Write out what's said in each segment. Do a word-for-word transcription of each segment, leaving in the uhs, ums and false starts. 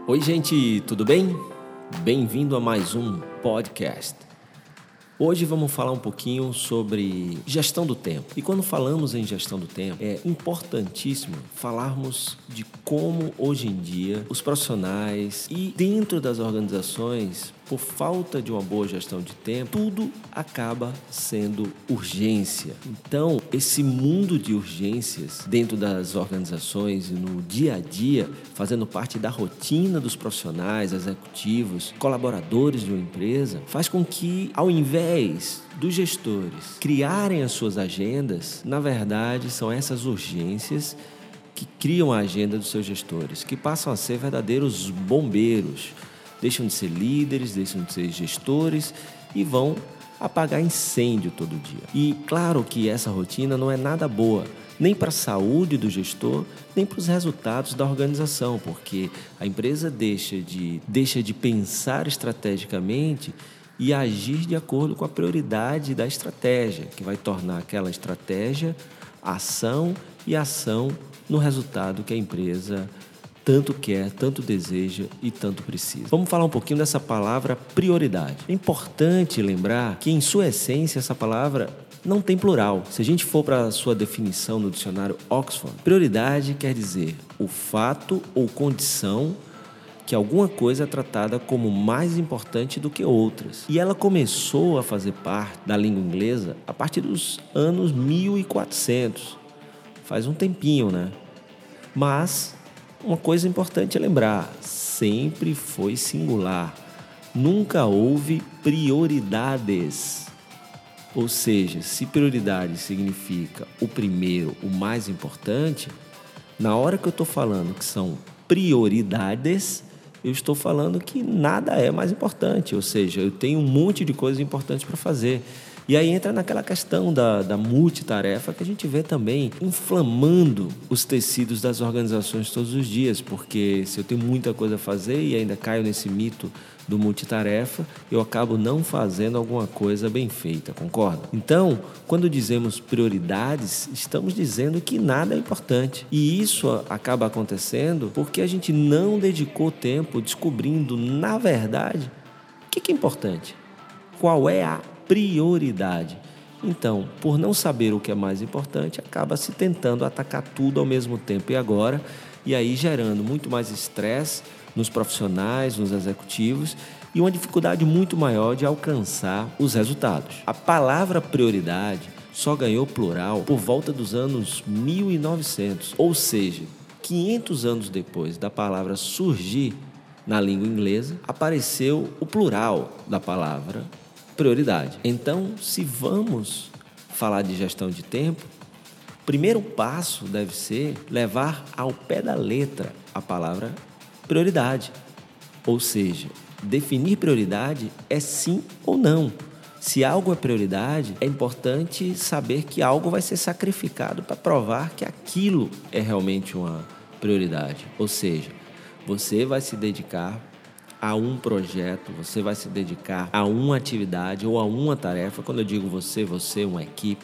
Oi, gente, tudo bem? Bem-vindo a mais um podcast. Hoje vamos falar um pouquinho sobre gestão do tempo. E quando falamos em gestão do tempo, é importantíssimo falarmos de como hoje em dia os profissionais e dentro das organizações, por falta de uma boa gestão de tempo, tudo acaba sendo urgência. Então, esse mundo de urgências dentro das organizações e no dia a dia, fazendo parte da rotina dos profissionais, executivos, colaboradores de uma empresa, faz com que, ao invés dos gestores criarem as suas agendas, na verdade, são essas urgências que criam a agenda dos seus gestores, que passam a ser verdadeiros bombeiros. Deixam de ser líderes, deixam de ser gestores e vão apagar incêndio todo dia. E claro que essa rotina não é nada boa, nem para a saúde do gestor, nem para os resultados da organização, porque a empresa deixa de, deixa de pensar estrategicamente e agir de acordo com a prioridade da estratégia, que vai tornar aquela estratégia ação e ação no resultado que a empresa tanto quer, tanto deseja e tanto precisa. Vamos falar um pouquinho dessa palavra prioridade. É importante lembrar que, em sua essência, essa palavra não tem plural. Se a gente for para a sua definição no dicionário Oxford, prioridade quer dizer o fato ou condição que alguma coisa é tratada como mais importante do que outras. E ela começou a fazer parte da língua inglesa a partir dos anos mil e quatrocentos. Faz um tempinho, né? Mas uma coisa importante é lembrar, sempre foi singular, nunca houve prioridades. Ou seja, se prioridade significa o primeiro, o mais importante, na hora que eu estou falando que são prioridades, eu estou falando que nada é mais importante, ou seja, eu tenho um monte de coisas importantes para fazer. E aí entra naquela questão da, da multitarefa que a gente vê também inflamando os tecidos das organizações todos os dias, porque se eu tenho muita coisa a fazer e ainda caio nesse mito do multitarefa, eu acabo não fazendo alguma coisa bem feita, concorda? Então, quando dizemos prioridades, estamos dizendo que nada é importante. E isso acaba acontecendo porque a gente não dedicou tempo descobrindo, na verdade, o que é importante. Qual é a prioridade. Então, por não saber o que é mais importante, acaba se tentando atacar tudo ao mesmo tempo e agora, e aí gerando muito mais estresse nos profissionais, nos executivos e uma dificuldade muito maior de alcançar os resultados. A palavra prioridade só ganhou plural por volta dos anos mil e novecentos, ou seja, quinhentos anos depois da palavra surgir na língua inglesa, apareceu o plural da palavra prioridade. Então, se vamos falar de gestão de tempo, o primeiro passo deve ser levar ao pé da letra a palavra prioridade. Ou seja, definir prioridade é sim ou não. Se algo é prioridade, é importante saber que algo vai ser sacrificado para provar que aquilo é realmente uma prioridade. Ou seja, você vai se dedicar a um projeto, você vai se dedicar a uma atividade ou a uma tarefa. Quando eu digo você, você, uma equipe.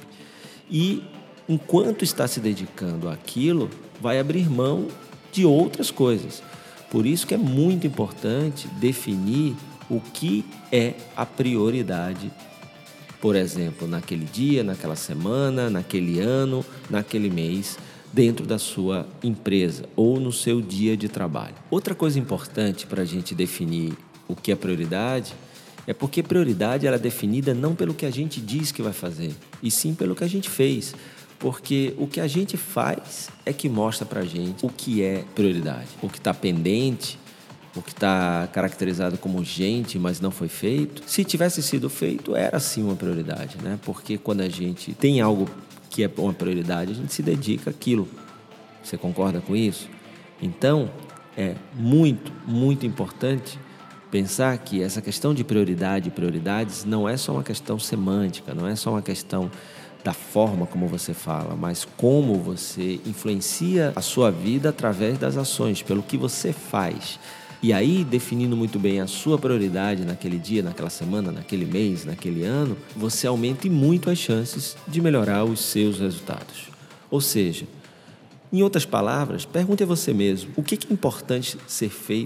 E enquanto está se dedicando àquilo, vai abrir mão de outras coisas. Por isso que é muito importante definir o que é a prioridade. Por exemplo, naquele dia, naquela semana, naquele ano, naquele mês, dentro da sua empresa ou no seu dia de trabalho. Outra coisa importante para a gente definir o que é prioridade é porque prioridade ela é definida não pelo que a gente diz que vai fazer, e sim pelo que a gente fez. Porque o que a gente faz é que mostra para a gente o que é prioridade. O que está pendente, o que está caracterizado como urgente, mas não foi feito. Se tivesse sido feito, era sim uma prioridade, né? Porque quando a gente tem algo que é uma prioridade, a gente se dedica àquilo. Você concorda com isso? Então, é muito, muito importante pensar que essa questão de prioridade e prioridades não é só uma questão semântica, não é só uma questão da forma como você fala, mas como você influencia a sua vida através das ações, pelo que você faz. E aí, definindo muito bem a sua prioridade naquele dia, naquela semana, naquele mês, naquele ano, você aumenta muito as chances de melhorar os seus resultados. Ou seja, em outras palavras, pergunte a você mesmo, o que é importante ser feito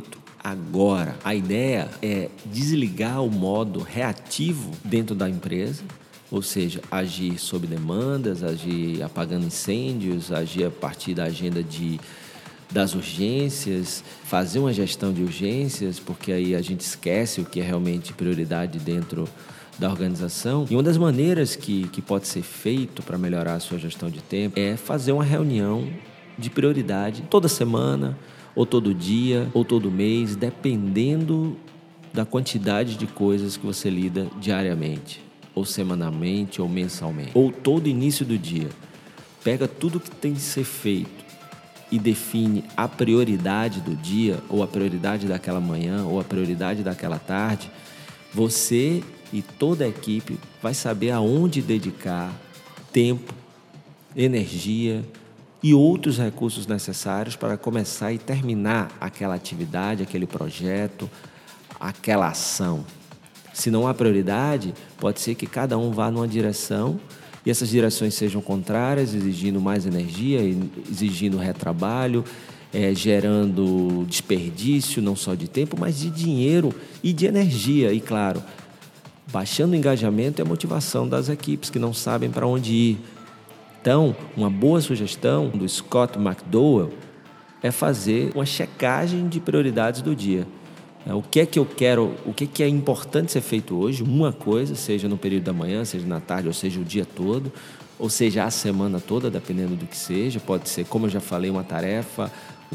agora. A ideia é desligar o modo reativo dentro da empresa, ou seja, agir sob demandas, agir apagando incêndios, agir a partir da agenda de, das urgências, fazer uma gestão de urgências, porque aí a gente esquece o que é realmente prioridade dentro da organização. E uma das maneiras que, que pode ser feito para melhorar a sua gestão de tempo é fazer uma reunião de prioridade toda semana, ou todo dia, ou todo mês, dependendo da quantidade de coisas que você lida diariamente, ou semanalmente, ou mensalmente, ou todo início do dia. Pega tudo que tem que ser feito e define a prioridade do dia, ou a prioridade daquela manhã, ou a prioridade daquela tarde. Você e toda a equipe vai saber aonde dedicar tempo, energia e outros recursos necessários para começar e terminar aquela atividade, aquele projeto, aquela ação. Se não há prioridade, pode ser que cada um vá numa direção e essas direções sejam contrárias, exigindo mais energia, exigindo retrabalho, é, gerando desperdício não só de tempo, mas de dinheiro e de energia. E, claro, baixando o engajamento e a motivação das equipes que não sabem para onde ir. Então, uma boa sugestão do Scott McDowell é fazer uma checagem de prioridades do dia. O que é que eu quero, o que é que é importante ser feito hoje, uma coisa, seja no período da manhã, seja na tarde, ou seja o dia todo, ou seja a semana toda, dependendo do que seja. Pode ser, como eu já falei, uma tarefa,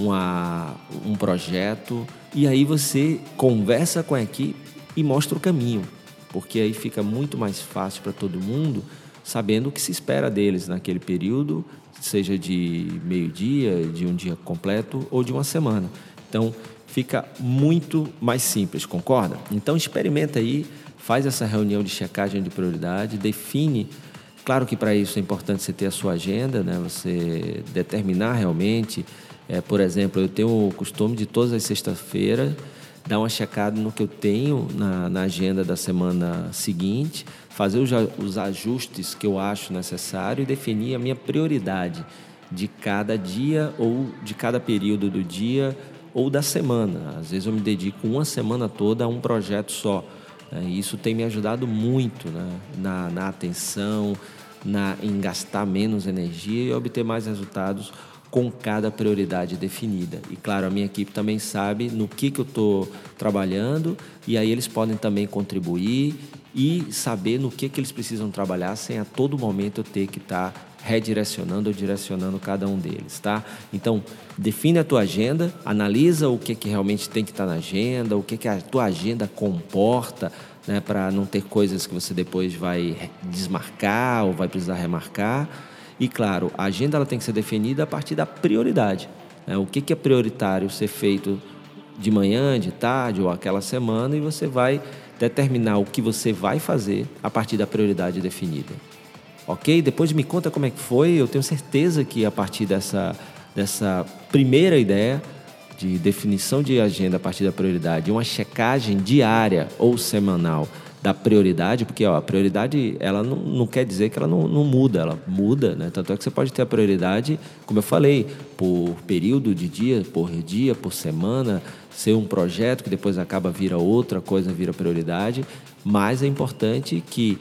uma, um projeto. E aí você conversa com a equipe e mostra o caminho, porque aí fica muito mais fácil para todo mundo, sabendo o que se espera deles naquele período, seja de meio-dia, de um dia completo ou de uma semana. Então, fica muito mais simples, concorda? Então, experimenta aí, faz essa reunião de checagem de prioridade, define. Claro que para isso é importante você ter a sua agenda, né? Você determinar realmente. É, por exemplo, eu tenho o costume de todas as sextas-feiras dar uma checada no que eu tenho na, na agenda da semana seguinte, fazer os, os ajustes que eu acho necessário e definir a minha prioridade de cada dia ou de cada período do dia ou da semana. Às vezes eu me dedico uma semana toda a um projeto só. Né? E isso tem me ajudado muito, né? na, na atenção, na, em gastar menos energia e obter mais resultados com cada prioridade definida. E, claro, a minha equipe também sabe no que, que eu estou trabalhando e aí eles podem também contribuir e saber no que, que eles precisam trabalhar sem a todo momento eu ter que estar tá redirecionando ou direcionando cada um deles, tá? Então, define a tua agenda, analisa o que, que realmente tem que estar tá na agenda, o que, que a tua agenda comporta, né, para não ter coisas que você depois vai desmarcar ou vai precisar remarcar. E, claro, a agenda ela tem que ser definida a partir da prioridade. Né? O que, que é prioritário ser feito de manhã, de tarde ou aquela semana, e você vai determinar o que você vai fazer a partir da prioridade definida. Ok? Depois me conta como é que foi. Eu tenho certeza que a partir dessa, dessa primeira ideia de definição de agenda a partir da prioridade, uma checagem diária ou semanal da prioridade, porque ó, a prioridade ela não, não quer dizer que ela não, não muda, ela muda, né? Tanto é que você pode ter a prioridade, como eu falei, por período de dia, por dia, por semana, ser um projeto que depois acaba vira outra coisa, vira prioridade, mas é importante que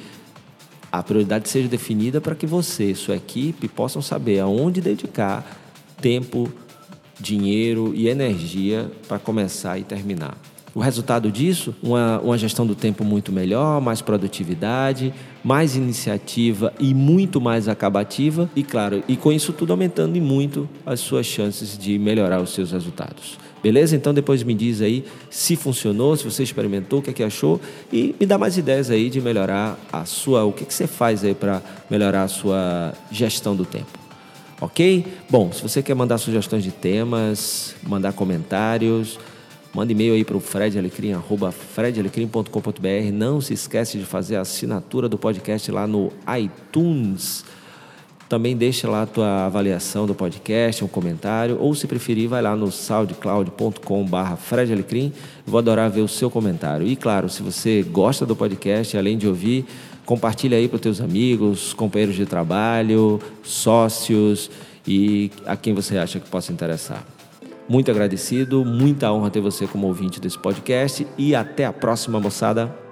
a prioridade seja definida para que você e sua equipe possam saber aonde dedicar tempo, dinheiro e energia para começar e terminar. O resultado disso, uma, uma gestão do tempo muito melhor, mais produtividade, mais iniciativa e muito mais acabativa. E, claro, e com isso tudo aumentando e muito as suas chances de melhorar os seus resultados. Beleza? Então, depois me diz aí se funcionou, se você experimentou, o que é que achou e me dá mais ideias aí de melhorar a sua... O que, que você faz aí para melhorar a sua gestão do tempo. Ok? Bom, se você quer mandar sugestões de temas, mandar comentários... Manda e-mail aí para o fred alecrim, arroba fred alecrim ponto com ponto b r. Não se esquece de fazer a assinatura do podcast lá no iTunes. Também deixa lá a tua avaliação do podcast, um comentário. Ou, se preferir, vai lá no soundcloud ponto com barra fred alecrim. Vou adorar ver o seu comentário. E, claro, se você gosta do podcast, além de ouvir, compartilha aí para os teus amigos, companheiros de trabalho, sócios e a quem você acha que possa interessar. Muito agradecido, muita honra ter você como ouvinte desse podcast e até a próxima, moçada.